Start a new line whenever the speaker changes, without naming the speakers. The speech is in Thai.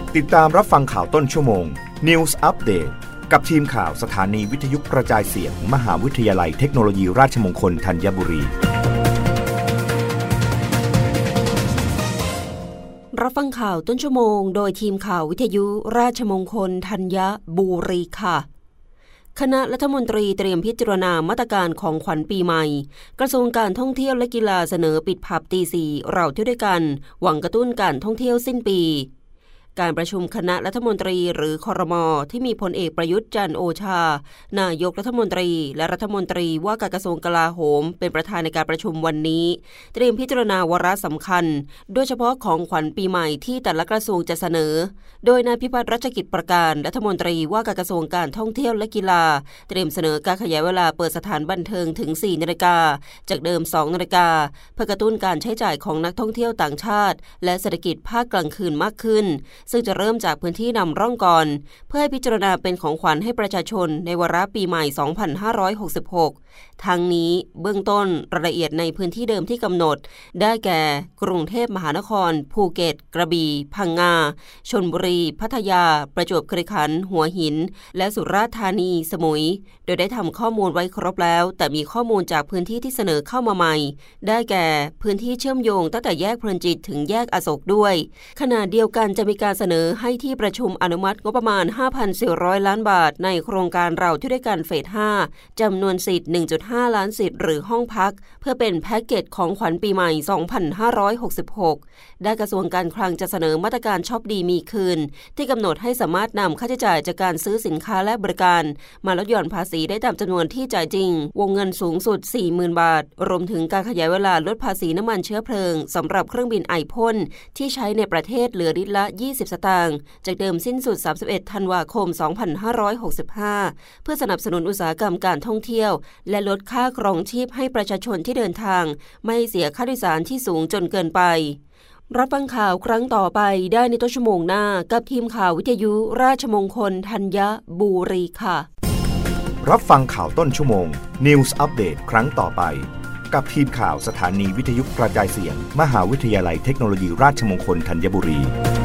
ติดตามรับฟังข่าวต้นชั่วโมง News Update กับทีมข่าวสถานีวิทยุกระจายเสียง มหาวิทยาลัยเทคโนโลยีราชมงคลธัญบุรี
รับฟังข่าวต้นชั่วโมงโดยทีมข่าววิทยุราชมงคลธัญบุรีค่ะคณะรัฐมนตรีเตรียมพิจารณามาตรการของขวัญปีใหม่กระทรวงการท่องเที่ยวและกีฬาเสนอปิดผับตี 4เราเที่ยวด้วยกันหวังกระตุ้นการท่องเที่ยวสิ้นปีการประชุมคณะรัฐมนตรีหรือครม.ที่มีพลเอกประยุทธ์จันทร์โอชานายกรัฐมนตรีและรัฐมนตรีว่าการกระทรวงกลาโหมเป็นประธานในการประชุมวันนี้เตรียมพิจารณาวาระสำคัญโดยเฉพาะของขวัญปีใหม่ที่แต่ละกระทรวงจะเสนอโดยนายพิพัฒน์รัชกิจประการรัฐมนตรีว่าการกระทรวงการท่องเที่ยวและกีฬาเตรียมเสนอการขยายเวลาเปิดสถานบันเทิงถึง 4 นาฬิกาจากเดิม 2 นาฬิกาเพื่อกระตุ้นการใช้จ่ายของนักท่องเที่ยวต่างชาติและเศรษฐกิจภาคกลางคืนมากขึ้นซึ่งจะเริ่มจากพื้นที่นำร่องก่อนเพื่อให้พิจารณาเป็นของขวัญให้ประชาชนในวาระปีใหม่ 2566 ทั้งนี้เบื้องต้นรายละเอียดในพื้นที่เดิมที่กำหนดได้แก่กรุงเทพมหานครภูเก็ตกระบี่พังงาชลบุรีพัทยาประจวบคีรีขันธ์หัวหินและสุราษฎร์ธานีสมุยโดยได้ทำข้อมูลไว้ครบแล้วแต่มีข้อมูลจากพื้นที่ที่เสนอเข้ามาใหม่ได้แก่พื้นที่เชื่อมโยงตั้งแต่แยกเพลินจิตถึงแยกอโศกด้วยขณะเดียวกันจะมีการเสนอให้ที่ประชุมอนุมัติงบประมาณ 5,400 ล้านบาทในโครงการเราเที่ยวด้วยกันเฟส 5 จำนวนสิทธิ์ 1.5 ล้านสิทธิ์หรือห้องพักเพื่อเป็นแพ็กเกจของขวัญปีใหม่ 2566 ได้กระทรวงการคลังจะเสนอมาตรการช็อปดีมีคืนที่กำหนดให้สามารถนำค่าใช้จ่ายจากการซื้อสินค้าและบริการมาลดหย่อนภาษีได้ตามจำนวนที่จ่ายจริงวงเงินสูงสุด 40,000 บาทรวมถึงการขยายเวลาลดภาษีน้ำมันเชื้อเพลิงสำหรับเครื่องบินไอพ่นที่ใช้ในประเทศเหลือลิตรละ 20 สตางค์จากเดิมสิ้นสุด 31 ธันวาคม 2565 เพื่อสนับสนุนอุตสาหกรรมการท่องเที่ยวและลดค่าครองชีพให้ประชาชนที่เดินทางไม่เสียค่าโดยสารที่สูงจนเกินไปรับฟังข่าวครั้งต่อไปได้ในต้นชั่วโมงหน้ากับทีมข่าววิทยุราชมงคลธัญบุรีค่ะ
รับฟังข่าวต้นชั่วโมง News Update ครั้งต่อไปกับทีมข่าวสถานีวิทยุกระจายเสียงมหาวิทยาลัยเทคโนโลยีราชมงคลธัญบุรี